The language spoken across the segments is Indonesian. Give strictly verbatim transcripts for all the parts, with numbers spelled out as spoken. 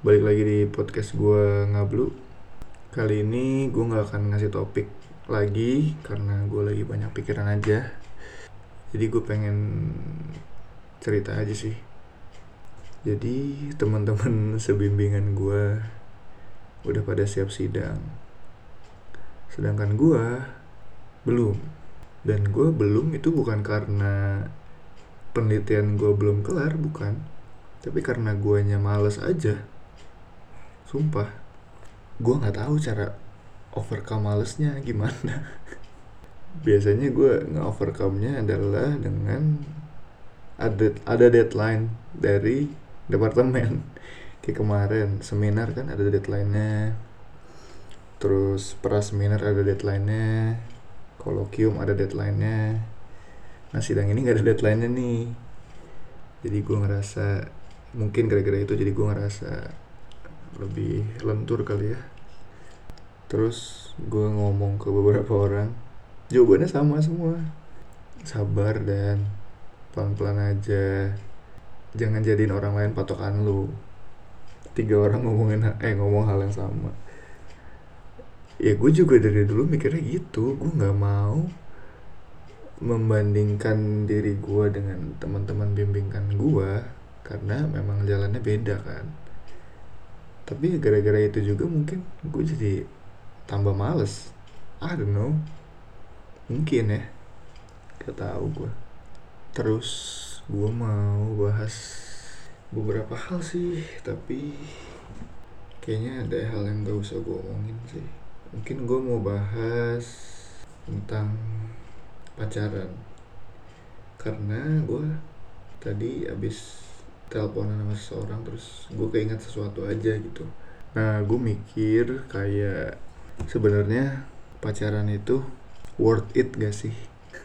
Balik lagi di podcast gue Ngablu. Kali ini gue gak akan ngasih topik lagi karena gue lagi banyak pikiran aja. Jadi gue pengen cerita aja sih. Jadi teman-teman sebimbingan gue udah pada siap sidang, sedangkan gue belum. Dan gue belum itu bukan karena penelitian gue belum kelar, bukan, tapi karena guanya males aja. Sumpah, gue nggak tahu cara overcome malesnya gimana. Biasanya gue nge-overcome-nya adalah dengan ada ada deadline dari departemen. Kayak kemarin seminar kan ada deadline-nya, terus pra seminar ada deadline-nya, kolokium ada deadline-nya. Nah sidang ini nggak ada deadline-nya nih. Jadi gue ngerasa mungkin gara-gara itu jadi gue ngerasa lebih lentur kali ya. Terus gue ngomong ke beberapa orang, jawabannya sama semua. Sabar dan pelan-pelan aja. Jangan jadiin orang lain patokan lu. Tiga orang ngomongin eh ngomong hal yang sama. Ya gue juga dari dulu mikirnya gitu. Gue nggak mau membandingkan diri gue dengan teman-teman bimbingan gue karena memang jalannya beda kan. Tapi gara-gara itu juga mungkin gue jadi tambah males. I don't know. Mungkin ya. Gak tahu gue. Terus gue mau bahas beberapa hal sih, tapi kayaknya ada hal yang gak usah gue omongin sih. Mungkin gue mau bahas tentang pacaran, karena gue tadi abis teleponan sama seseorang, terus gue keinget sesuatu aja gitu. Nah gue mikir kayak sebenarnya pacaran itu worth it gak sih?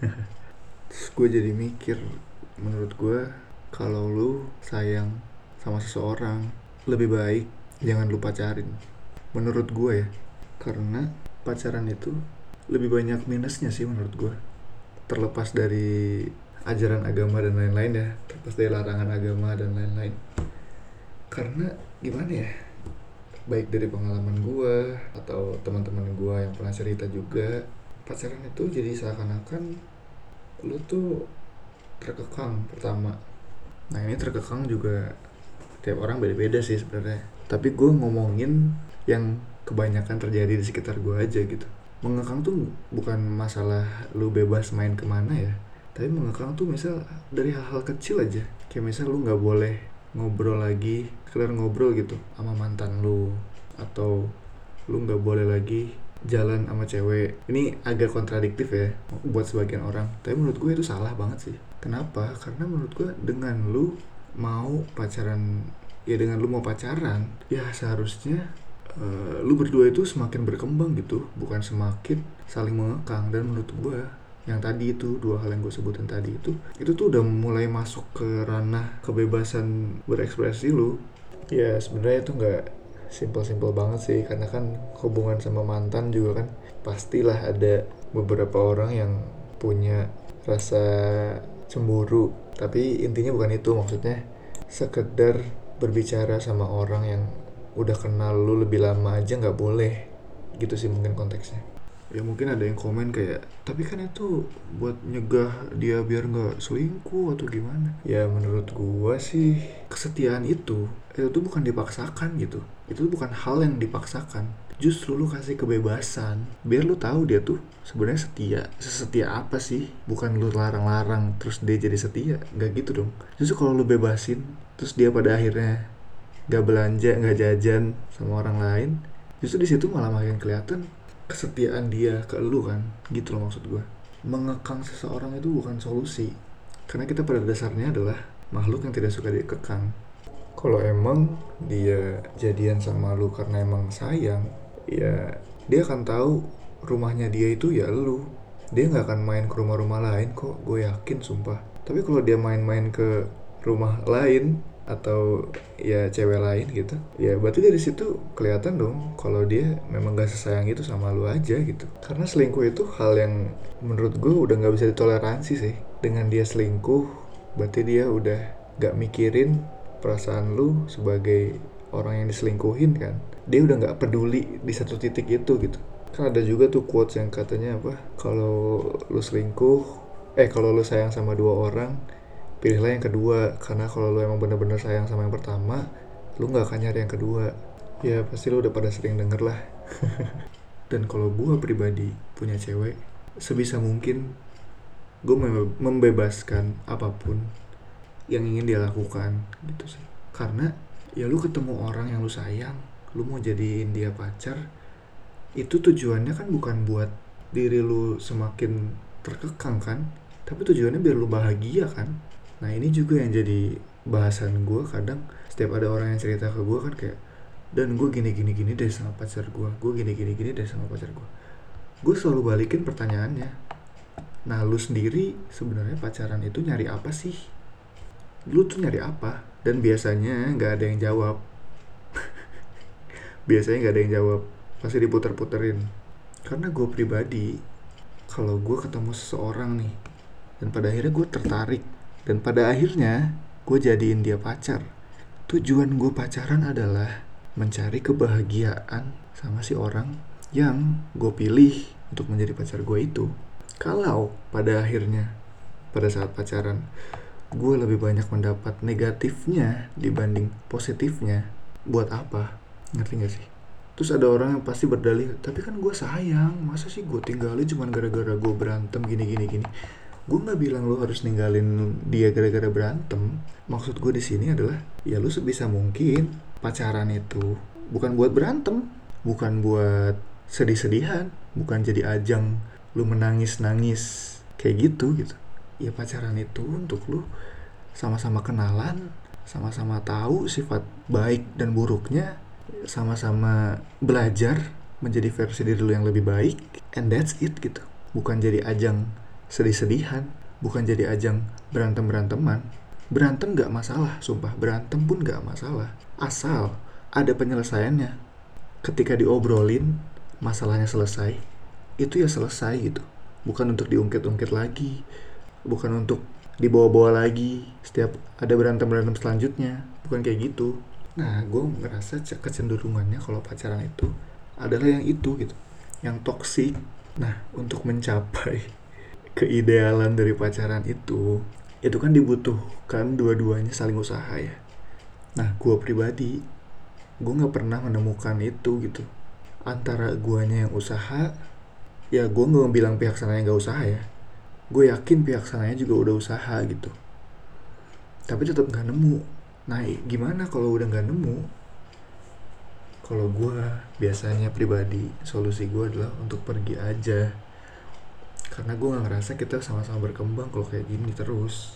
Terus gue jadi mikir, menurut gue kalau lu sayang sama seseorang, lebih baik jangan lu pacarin. Menurut gue ya, karena pacaran itu lebih banyak minusnya sih menurut gue. Terlepas dari ajaran agama dan lain-lain ya, terlepas dari larangan agama dan lain-lain. Karena gimana ya, baik dari pengalaman gue atau teman-teman gue yang pernah cerita juga, pacaran itu jadi seakan-akan lu tuh terkekang pertama. Nah ini terkekang juga tiap orang beda-beda sih sebenarnya. Tapi gue ngomongin yang kebanyakan terjadi di sekitar gue aja gitu. Mengekang tuh bukan masalah lu bebas main kemana ya, tapi mengekang tuh misal dari hal-hal kecil aja. Kayak misal lu gak boleh ngobrol lagi, sekedar ngobrol gitu sama mantan lu, atau lu gak boleh lagi jalan sama cewek. Ini agak kontradiktif ya buat sebagian orang, tapi menurut gue itu salah banget sih. Kenapa? Karena menurut gue dengan lu mau pacaran, ya dengan lu mau pacaran, ya seharusnya uh, lu berdua itu semakin berkembang gitu, bukan semakin saling mengekang. Dan menurut gue yang tadi itu, dua hal yang gue sebutin tadi itu, itu tuh udah mulai masuk ke ranah kebebasan berekspresi lu. Ya sebenarnya itu nggak simpel-simpel banget sih, karena kan hubungan sama mantan juga kan pastilah ada beberapa orang yang punya rasa cemburu. Tapi intinya bukan itu, maksudnya sekedar berbicara sama orang yang udah kenal lu lebih lama aja nggak boleh gitu sih mungkin konteksnya. Ya mungkin ada yang komen kayak, tapi kan itu buat nyegah dia biar gak selingkuh atau gimana. Ya menurut gua sih kesetiaan itu itu tuh bukan dipaksakan gitu. Itu bukan hal yang dipaksakan. Justru lu kasih kebebasan biar lu tahu dia tuh sebenarnya setia. Sesetia apa sih? Bukan lu larang-larang terus dia jadi setia. Gak gitu dong. Justru kalau lu bebasin terus dia pada akhirnya gak belanja, gak jajan sama orang lain, justru di situ malah makin kelihatan kesetiaan dia ke lu kan, gitu loh maksud gue. Mengekang seseorang itu bukan solusi, karena kita pada dasarnya adalah makhluk yang tidak suka dikekang. Kalau emang dia jadian sama lu karena emang sayang, ya dia akan tahu rumahnya dia itu ya lu. Dia gak akan main ke rumah-rumah lain kok, gue yakin sumpah. Tapi kalau dia main-main ke rumah lain atau ya cewek lain gitu, ya berarti dari situ kelihatan dong kalau dia memang gak sesayang itu sama lu aja gitu. Karena selingkuh itu hal yang menurut gue udah gak bisa ditoleransi sih. Dengan dia selingkuh berarti dia udah gak mikirin perasaan lu sebagai orang yang diselingkuhin kan, dia udah nggak peduli di satu titik itu gitu. Kan ada juga tuh quotes yang katanya apa, kalau lu selingkuh, eh kalau lu sayang sama dua orang, pilihlah yang kedua, karena kalau lu emang bener-bener sayang sama yang pertama, lu nggak akan nyari yang kedua. Ya pasti lu udah pada sering denger lah. Dan kalau gue pribadi punya cewek, sebisa mungkin gue membebaskan apapun yang ingin dia lakukan gitu sih. Karena ya lu ketemu orang yang lu sayang, lu mau jadiin dia pacar, itu tujuannya kan bukan buat diri lu semakin terkekang kan, tapi tujuannya biar lu bahagia kan. Nah ini juga yang jadi bahasan gue kadang. Setiap ada orang yang cerita ke gue kan kayak, dan gue gini gini gini deh sama pacar gue, gue gini gini gini deh sama pacar gue. Gue selalu balikin pertanyaannya, nah lu sendiri sebenarnya pacaran itu nyari apa sih? Lu tuh nyari apa? Dan biasanya nggak ada yang jawab. Biasanya nggak ada yang jawab, pasti diputer-puterin. Karena gue pribadi, kalau gue ketemu seseorang nih, dan pada akhirnya gue tertarik, dan pada akhirnya gue jadiin dia pacar, tujuan gue pacaran adalah mencari kebahagiaan sama si orang yang gue pilih untuk menjadi pacar gue itu. Kalau pada akhirnya, pada saat pacaran, gue lebih banyak mendapat negatifnya dibanding positifnya, buat apa? Ngerti gak sih? Terus ada orang yang pasti berdalih, tapi kan gue sayang, masa sih gue tinggalin cuma gara-gara gue berantem gini gini gini. Gue nggak bilang lo harus ninggalin dia gara-gara berantem. Maksud gue di sini adalah, ya lo sebisa mungkin pacaran itu bukan buat berantem, bukan buat sedih-sedihan, bukan jadi ajang lu menangis-nangis kayak gitu gitu. Ya pacaran itu untuk lu sama-sama kenalan, sama-sama tahu sifat baik dan buruknya, sama-sama belajar menjadi versi diri lu yang lebih baik, and that's it gitu. Bukan jadi ajang sedih-sedihan, bukan jadi ajang berantem-beranteman. Berantem gak masalah, sumpah, berantem pun gak masalah, asal ada penyelesaiannya. Ketika diobrolin, masalahnya selesai, itu ya selesai gitu. Bukan untuk diungkit-ungkit lagi, bukan untuk dibawa-bawa lagi setiap ada berantem-berantem selanjutnya, bukan kayak gitu. Nah gue ngerasa kecenderungannya kalau pacaran itu adalah yang itu gitu, yang toksik. Nah untuk mencapai keidealan dari pacaran itu, itu kan dibutuhkan dua-duanya saling usaha ya. Nah gue pribadi, gue gak pernah menemukan itu gitu. Antara guanya yang usaha, ya gue gak bilang pihak sananya gak usaha ya, gue yakin pihak sananya juga udah usaha gitu, tapi tetap gak nemu. Nah gimana kalau udah gak nemu? Kalau gue biasanya pribadi, solusi gue adalah untuk pergi aja. Karena gue gak ngerasa kita sama-sama berkembang kalau kayak gini terus.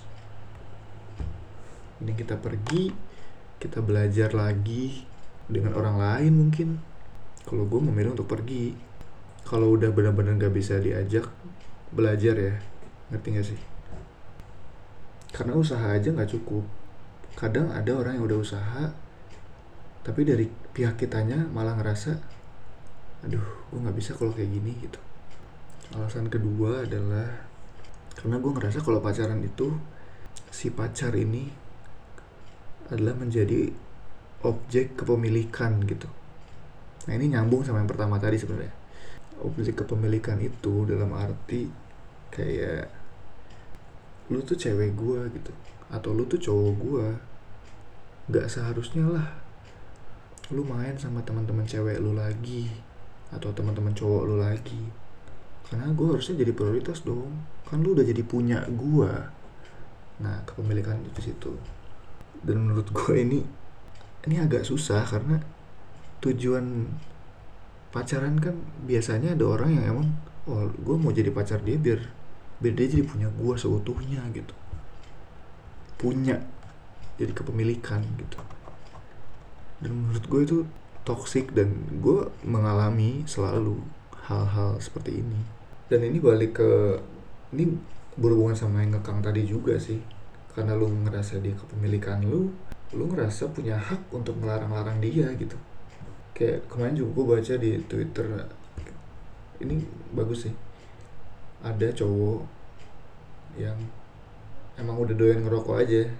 Ini kita pergi, kita belajar lagi dengan orang lain mungkin. Kalau gue memilih untuk pergi. Kalau udah benar-benar gak bisa diajak belajar ya, ngerti gak sih? Karena usaha aja gak cukup. Kadang ada orang yang udah usaha, tapi dari pihak kitanya malah ngerasa, aduh gue gak bisa kalau kayak gini gitu. Alasan kedua adalah karena gue ngerasa kalau pacaran itu, si pacar ini adalah menjadi objek kepemilikan gitu. Nah ini nyambung sama yang pertama tadi sebenarnya. Objek kepemilikan itu dalam arti kayak lu tuh cewek gue gitu, atau lu tuh cowok gue. Gak seharusnya lah lu main sama teman-teman cewek lu lagi, atau teman-teman cowok lu lagi. Karena gue harusnya jadi prioritas dong. Kan lu udah jadi punya gue. Nah kepemilikan itu situ. Dan menurut gue ini ini agak susah karena tujuan pacaran kan biasanya ada orang yang emang, oh gue mau jadi pacar dia biar biar dia jadi punya gue seutuhnya gitu. Punya, jadi kepemilikan gitu. Dan menurut gue itu toksik, dan gue mengalami selalu hal-hal seperti ini. Dan ini balik ke, ini berhubungan sama yang ngekang tadi juga sih. Karena lu ngerasa dia kepemilikan lu, lu ngerasa punya hak untuk melarang-larang dia gitu. Kayak kemarin juga gue baca di Twitter, ini bagus sih, ada cowok yang emang udah doyan ngerokok aja,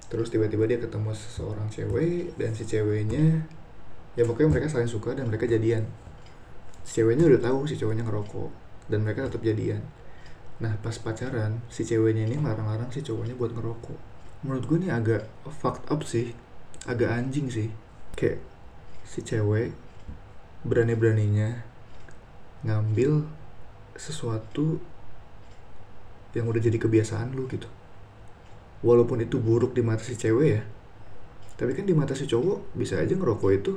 Terus tiba-tiba dia ketemu seseorang cewek, dan si ceweknya, ya pokoknya mereka saling suka dan mereka jadian. Si ceweknya udah tahu si cowoknya ngerokok, dan mereka tetap jadian. Nah pas pacaran, si ceweknya ini larang-larang si cowoknya buat ngerokok. Menurut gue ini agak fucked up sih, agak anjing sih. Kayak si cewek berani-beraninya ngambil sesuatu yang udah jadi kebiasaan lu gitu. Walaupun itu buruk di mata si cewek ya, tapi kan di mata si cowok bisa aja ngerokok itu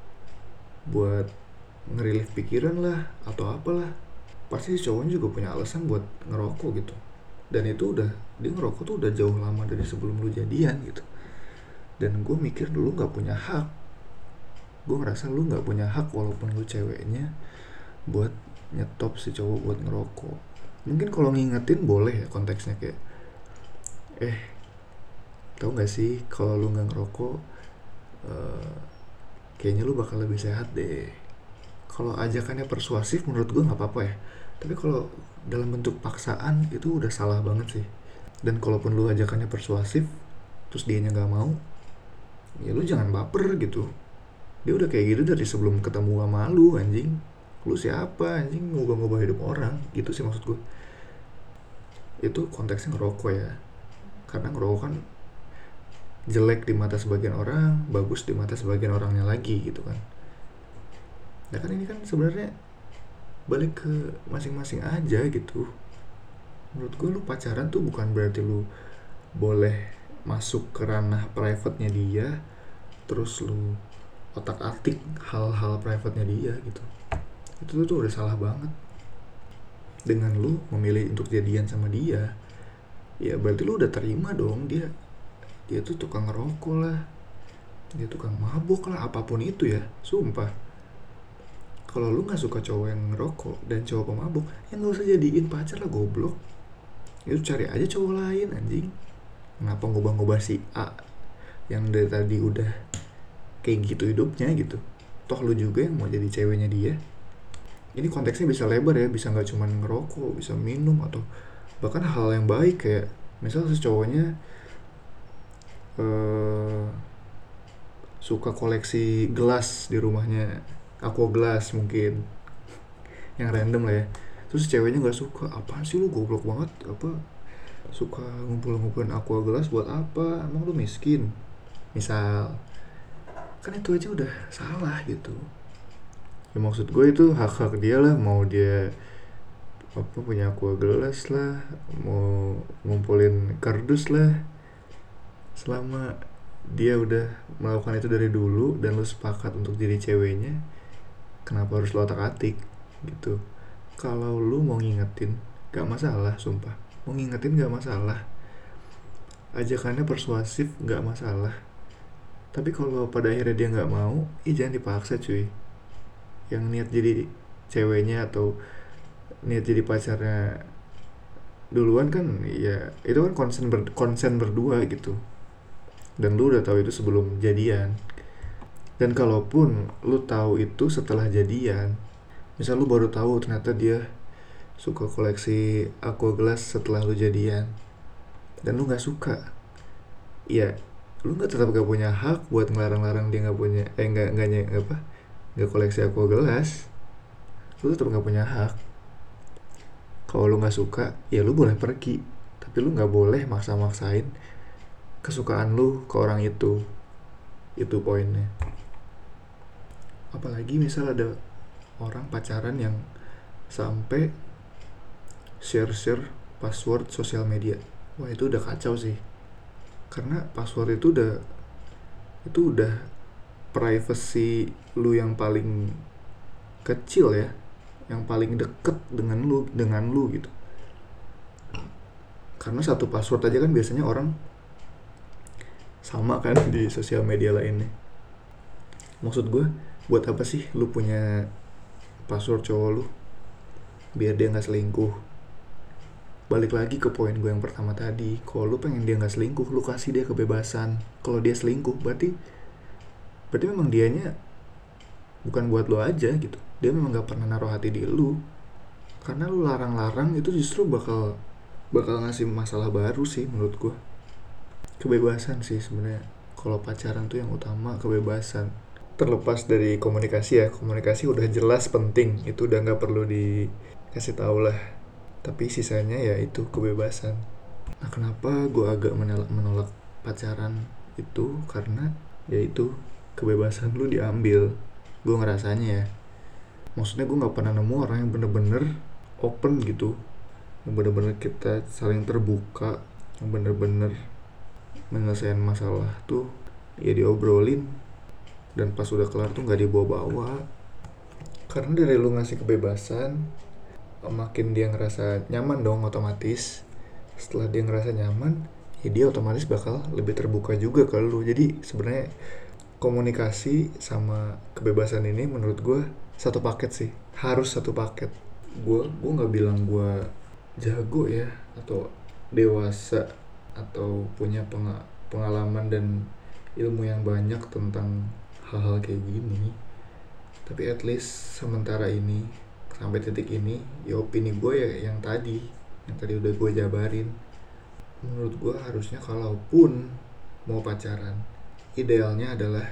buat ngerelief pikiran lah atau apalah. Pasti si cowoknya juga punya alasan buat ngerokok gitu. Dan itu udah, dia ngerokok tuh udah jauh lama dari sebelum lu jadian gitu. Dan gue mikir lu gak punya hak. Gue ngerasa lu gak punya hak walaupun lu ceweknya buat nyetop si cowok buat ngerokok. Mungkin kalau ngingetin boleh ya konteksnya, kayak eh tau gak sih kalau lu gak ngerokok uh, kayaknya lu bakal lebih sehat deh. Kalau ajakannya persuasif menurut gue gak apa-apa ya. Tapi kalau dalam bentuk paksaan itu udah salah banget sih. Dan kalaupun lu ajakannya persuasif terus dianya gak mau, ya lu jangan baper gitu. Dia udah kayak gitu dari sebelum ketemu sama lu anjing. Lu siapa anjing ngubah-ngubah hidup orang gitu sih maksud gue. Itu konteksnya ngerokok ya. Karena ngerokok kan jelek di mata sebagian orang, bagus di mata sebagian orangnya lagi gitu kan. Nah kan ini kan sebenarnya balik ke masing-masing aja gitu. Menurut gue lu pacaran tuh bukan berarti lu boleh masuk ke ranah private-nya dia, terus lu otak-atik hal-hal private-nya dia gitu. Itu tuh udah salah banget. Dengan lu memilih untuk jadian sama dia, ya berarti lu udah terima dong dia dia tuh tukang ngerokok lah, dia tukang mabuk lah, apapun itu ya, sumpah. Kalau lu nggak suka cowok yang ngerokok dan cowok pemabuk, ya nggak usah jadiin pacar lah, goblok. Itu cari aja cowok lain anjing. Kenapa ngubah-ngubah si A yang dari tadi udah kayak gitu hidupnya gitu? Toh lu juga yang mau jadi ceweknya dia. Ini konteksnya bisa lebar ya, bisa nggak cuma ngerokok, bisa minum atau bahkan hal yang baik kayak misal si cowoknya uh, suka koleksi gelas di rumahnya, aqua gelas mungkin, yang random lah ya. Terus ceweknya nggak suka, apaan sih lu goblok banget, apa suka ngumpul-ngumpulin aqua gelas buat apa, emang lu miskin misal. Kan itu aja udah salah gitu ya. Maksud gue itu hak-hak dia lah, mau dia apa punya aqua gelas lah, mau ngumpulin kardus lah, selama dia udah melakukan itu dari dulu dan lu sepakat untuk jadi ceweknya, kenapa harus lu otak-atik gitu. Kalau lu mau ngingetin gak masalah, sumpah, mau ngingetin gak masalah, ajakannya persuasif gak masalah. Tapi kalau pada akhirnya dia gak mau, ih jangan dipaksa cuy. Yang niat jadi ceweknya atau niat jadi pacarnya duluan kan, ya itu kan konsen ber, konsen berdua gitu. Dan lu udah tahu itu sebelum jadian. Dan kalaupun lu tahu itu setelah jadian, misal lu baru tahu ternyata dia suka koleksi aqua gelas setelah lu jadian, dan lu nggak suka, ya lu nggak tetap gak punya hak buat ngelarang-larang dia nggak punya eh nggak nggak apa nggak koleksi aqua gelas. Lu tetap nggak punya hak. Kalau lu nggak suka, ya lu boleh pergi, tapi lu nggak boleh maksa-maksain kesukaan lu ke orang itu. Itu poinnya. Apalagi misal ada orang pacaran yang sampai share-share password sosial media, wah itu udah kacau sih. Karena password itu udah itu udah privacy lu yang paling kecil ya, yang paling deket dengan lu dengan lu gitu. Karena satu password aja kan biasanya orang sama kan di sosial media lainnya. Maksud gue, buat apa sih lu punya password cowok lu? Biar dia gak selingkuh. Balik lagi ke poin gue yang pertama tadi, kalau lu pengen dia gak selingkuh, lu kasih dia kebebasan. Kalau dia selingkuh, berarti berarti memang dianya bukan buat lu aja gitu. Dia memang gak pernah naruh hati di lu. Karena lu larang-larang itu justru bakal bakal ngasih masalah baru sih menurut gue. kebebasan sih sebenarnya. Kalau pacaran tuh yang utama kebebasan. Terlepas dari komunikasi ya, komunikasi udah jelas penting, itu udah nggak perlu dikasih tau lah. Tapi sisanya ya itu kebebasan. Nah kenapa gue agak menolak, menolak pacaran itu karena ya itu kebebasan lu diambil. Gue ngerasanya ya, maksudnya gue nggak pernah nemu orang yang bener-bener open gitu, yang bener-bener kita saling terbuka, yang bener-bener menyelesaikan masalah tuh ya diobrolin, dan pas udah kelar tuh nggak dibawa-bawa. Karena dari lu ngasih kebebasan, makin dia ngerasa nyaman dong otomatis. Setelah dia ngerasa nyaman, ya dia otomatis bakal lebih terbuka juga ke lu. Jadi sebenarnya komunikasi sama kebebasan ini menurut gue satu paket sih, harus satu paket. Gue gue nggak bilang gue jago ya atau dewasa atau punya penga- pengalaman dan ilmu yang banyak tentang hal-hal kayak gini, tapi at least sementara ini sampai titik ini ya opini gue ya yang tadi yang tadi udah gue jabarin. Menurut gue harusnya kalaupun mau pacaran, idealnya adalah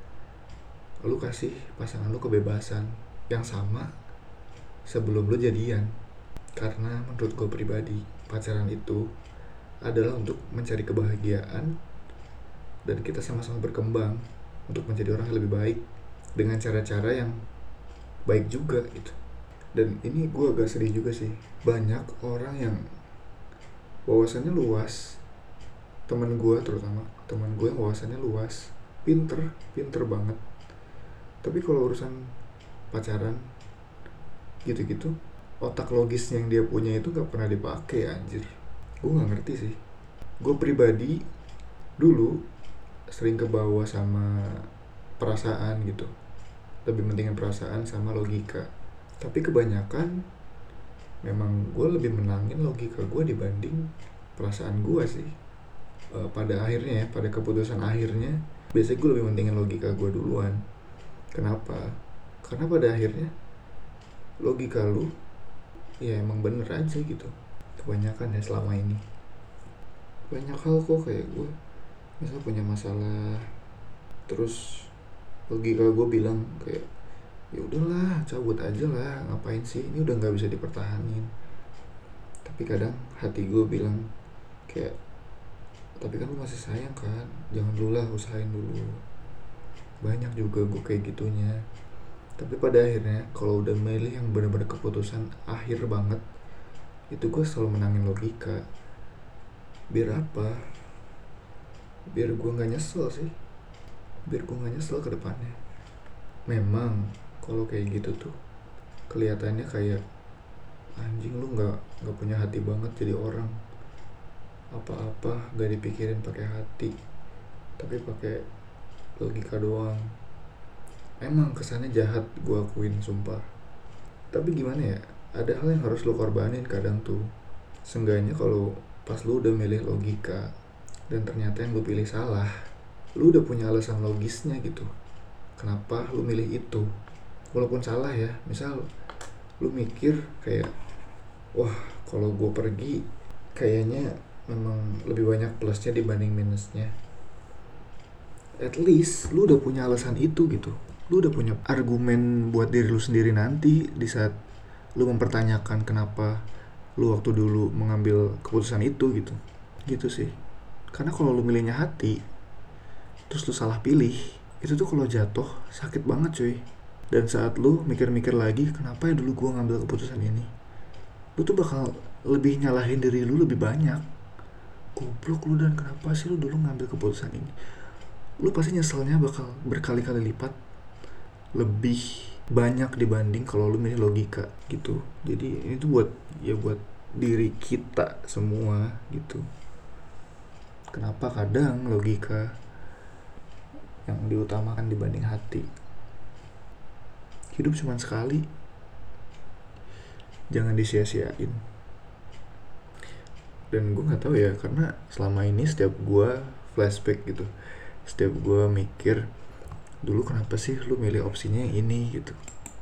lu kasih pasangan lu kebebasan yang sama sebelum lu jadian. Karena menurut gue pribadi, pacaran itu adalah untuk mencari kebahagiaan dan kita sama-sama berkembang untuk menjadi orang yang lebih baik dengan cara-cara yang baik juga gitu. Dan ini gue agak sedih juga sih, banyak orang yang wawasannya luas, teman gue terutama, teman gue yang wawasannya luas, pinter, pinter banget, tapi kalau urusan pacaran gitu-gitu, otak logisnya yang dia punya itu gak pernah dipakai anjir. Gue gak ngerti sih. Gue pribadi dulu sering kebawa sama perasaan gitu, lebih pentingin perasaan sama logika. Tapi kebanyakan memang gue lebih menangin logika gue dibanding perasaan gue sih. E, pada akhirnya ya, pada keputusan akhirnya biasanya gue lebih mentingin logika gue duluan. Kenapa? Karena pada akhirnya logika lu ya emang bener aja gitu. Kebanyakan ya selama ini banyak hal kok kayak gue misal punya masalah, terus logika gue bilang kayak ya udahlah cabut aja lah, ngapain sih, ini udah nggak bisa dipertahanin. Tapi kadang hati gue bilang kayak tapi kan lu masih sayang kan, jangan dulu lah, usahain dulu. Banyak juga gue kayak gitunya. Tapi pada akhirnya kalau udah milih yang benar-benar keputusan akhir banget, itu gue selalu menangin logika. Biar apa? Biar gue nggak nyesel sih. Biar gue nggak nyesel ke depannya. Memang kalau kayak gitu tuh kelihatannya kayak anjing lu nggak nggak punya hati banget jadi orang. Apa-apa gak dipikirin pakai hati, tapi pakai logika doang. Emang kesannya jahat, gue akuin sumpah. Tapi gimana ya, ada hal yang harus lo korbanin kadang tuh. Seenggaknya kalau pas lo udah milih logika dan ternyata yang lo pilih salah, lo udah punya alasan logisnya gitu, kenapa lo milih itu. Walaupun salah ya, misal lo mikir kayak wah kalau gue pergi kayaknya memang lebih banyak plusnya dibanding minusnya. At least lu udah punya alasan itu gitu. Lu udah punya argumen buat diri lu sendiri nanti di saat lu mempertanyakan kenapa lu waktu dulu mengambil keputusan itu gitu. Gitu sih. Karena kalau lu milihnya hati, terus lu salah pilih, itu tuh kalau jatuh sakit banget cuy. Dan saat lu mikir-mikir lagi, kenapa ya dulu gua ngambil keputusan ini, lu tuh bakal lebih nyalahin diri lu lebih banyak. Goblok lu, dan kenapa sih lu dulu ngambil keputusan ini. Lu pasti nyeselnya bakal berkali-kali lipat lebih banyak dibanding kalau lu milih logika gitu. Jadi ini tuh buat ya buat diri kita semua gitu. Kenapa kadang logika yang diutamakan dibanding hati. Hidup cuma sekali, jangan disia-siain. Dan gue nggak tahu ya, karena selama ini setiap gue flashback gitu, setiap gue mikir dulu kenapa sih lu milih opsinya yang ini gitu,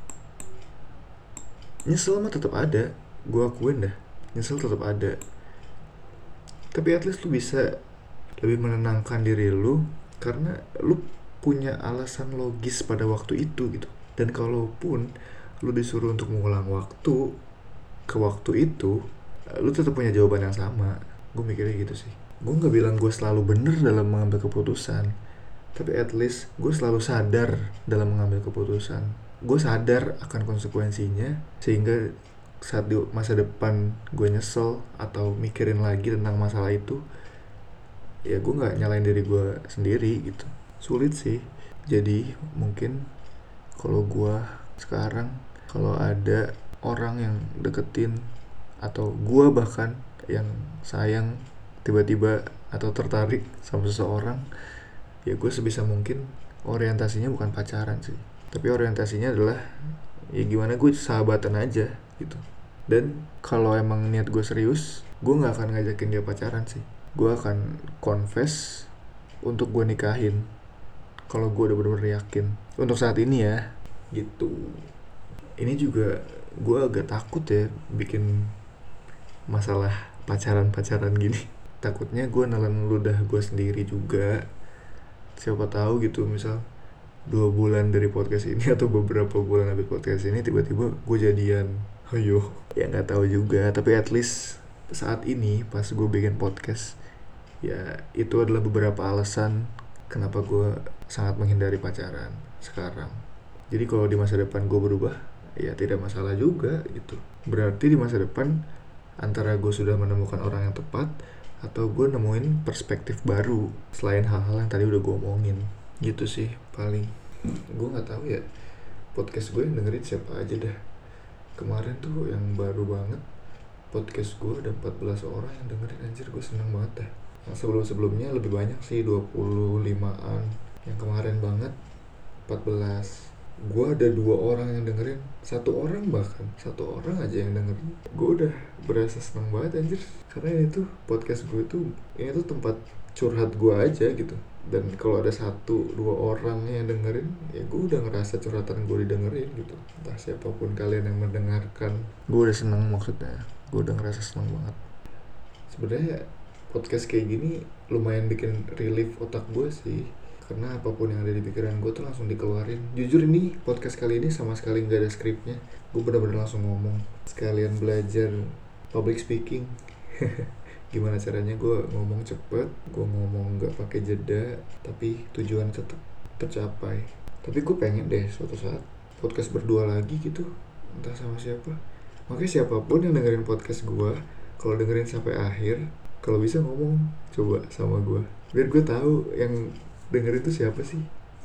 nyesel mah tetap ada, gue akuin dah, nyesel tetap ada. Tapi at least lu bisa lebih menenangkan diri lu karena lu punya alasan logis pada waktu itu gitu. Dan kalaupun lu disuruh untuk mengulang waktu ke waktu itu, lu tetap punya jawaban yang sama. Gue mikirnya gitu sih. Gue nggak bilang gue selalu bener dalam mengambil keputusan, tapi at least gue selalu sadar dalam mengambil keputusan. Gue sadar akan konsekuensinya, sehingga saat di masa depan gue nyesel atau mikirin lagi tentang masalah itu, ya gue nggak nyalain diri gue sendiri gitu. Sulit sih. Jadi mungkin kalau gue sekarang, kalau ada orang yang deketin atau gue bahkan yang sayang tiba-tiba atau tertarik sama seseorang, ya gue sebisa mungkin orientasinya bukan pacaran sih, tapi orientasinya adalah ya gimana gue sahabatan aja gitu. Dan kalau emang niat gue serius, gue nggak akan ngajakin dia pacaran sih. Gue akan confess untuk gue nikahin kalau gue udah bener-bener yakin untuk saat ini ya gitu. Ini juga gue agak takut ya bikin masalah pacaran-pacaran gini. Takutnya gue nelen ludah gue sendiri juga. Siapa tahu gitu, misal dua bulan dari podcast ini atau beberapa bulan habis podcast ini tiba-tiba gue jadian. Ayo, ya nggak tahu juga. Tapi at least saat ini pas gue bikin podcast, ya itu adalah beberapa alasan kenapa gue sangat menghindari pacaran sekarang. Jadi kalau di masa depan gue berubah, ya tidak masalah juga gitu. Berarti di masa depan antara gue sudah menemukan orang yang tepat atau gue nemuin perspektif baru selain hal-hal yang tadi udah gue omongin. Gitu sih paling. Gue nggak tahu ya podcast gue yang dengerin siapa aja dah. Kemarin tuh yang baru banget podcast gue ada empat belas orang yang dengerin, anjir gue seneng banget dah. Yang sebelum-sebelumnya lebih banyak sih, dua puluh limaan. Yang kemarin banget empat belas. Gue ada dua orang yang dengerin, satu orang bahkan satu orang aja yang dengerin. Gue udah berasa seneng banget anjir, karena ini tuh podcast gue tuh, ini tuh tempat curhat gue aja gitu. Dan kalau ada satu dua orang yang dengerin, ya gue udah ngerasa curhatan gue didengerin gitu. Entah siapapun kalian yang mendengarkan, gue udah seneng, maksudnya gue udah ngerasa seneng banget. Sebenarnya podcast kayak gini lumayan bikin relief otak gue sih, karena apapun yang ada di pikiran gue tuh langsung dikeluarin. Jujur ini podcast kali ini sama sekali nggak ada skripnya, gue benar-benar langsung ngomong, sekalian belajar public speaking. Gimana caranya gue ngomong cepet, gue ngomong nggak pakai jeda, tapi tujuan tetap tercapai. Tapi gue pengen deh suatu saat podcast berdua lagi gitu, entah sama siapa. Makanya siapapun yang dengerin podcast gue, kalau dengerin sampai akhir, kalau bisa ngomong coba sama gue, biar gue tahu yang dengerin itu siapa sih.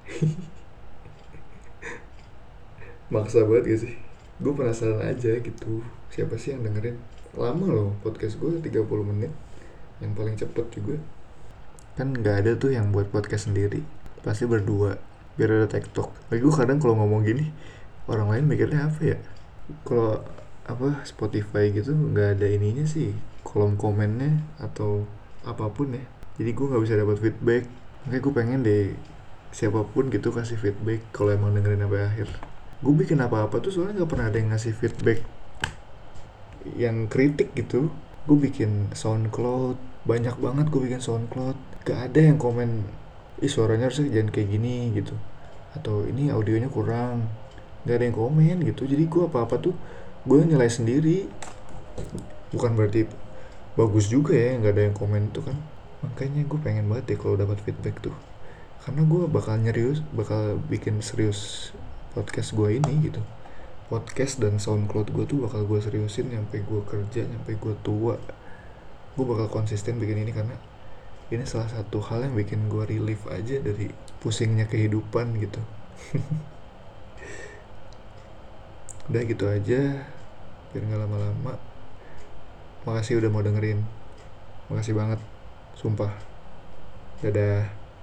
Maksa banget gak sih? Gue penasaran aja gitu, siapa sih yang dengerin. Lama loh podcast gue, tiga puluh menit. Yang paling cepet juga. Kan gak ada tuh yang buat podcast sendiri, pasti berdua, biar ada tektok. Lagi gue kadang kalau ngomong gini, orang lain mikirnya apa ya, kalau apa Spotify gitu gak ada ininya sih, kolom komennya atau apapun ya. Jadi gue gak bisa dapat feedback. Makanya gue pengen deh siapapun gitu kasih feedback kalau emang dengerin sampai akhir. Gue bikin apa-apa tuh soalnya gak pernah ada yang ngasih feedback yang kritik gitu. Gue bikin SoundCloud, banyak banget gue bikin SoundCloud, gak ada yang komen, ih suaranya harusnya jangan kayak gini gitu, atau ini audionya kurang. Gak ada yang komen gitu. Jadi gue apa-apa tuh gue nilai sendiri. Bukan berarti bagus juga ya gak ada yang komen tuh kan. Makanya gue pengen banget deh kalau dapat feedback tuh, karena gue bakal nyerius, bakal bikin serius podcast gue ini gitu. Podcast dan SoundCloud gue tuh bakal gue seriusin sampai gue kerja, sampai gue tua. Gue bakal konsisten bikin ini karena ini salah satu hal yang bikin gue relief aja dari pusingnya kehidupan gitu. Udah gitu aja, biar gak lama-lama. Makasih udah mau dengerin, makasih banget, sumpah. Dadah.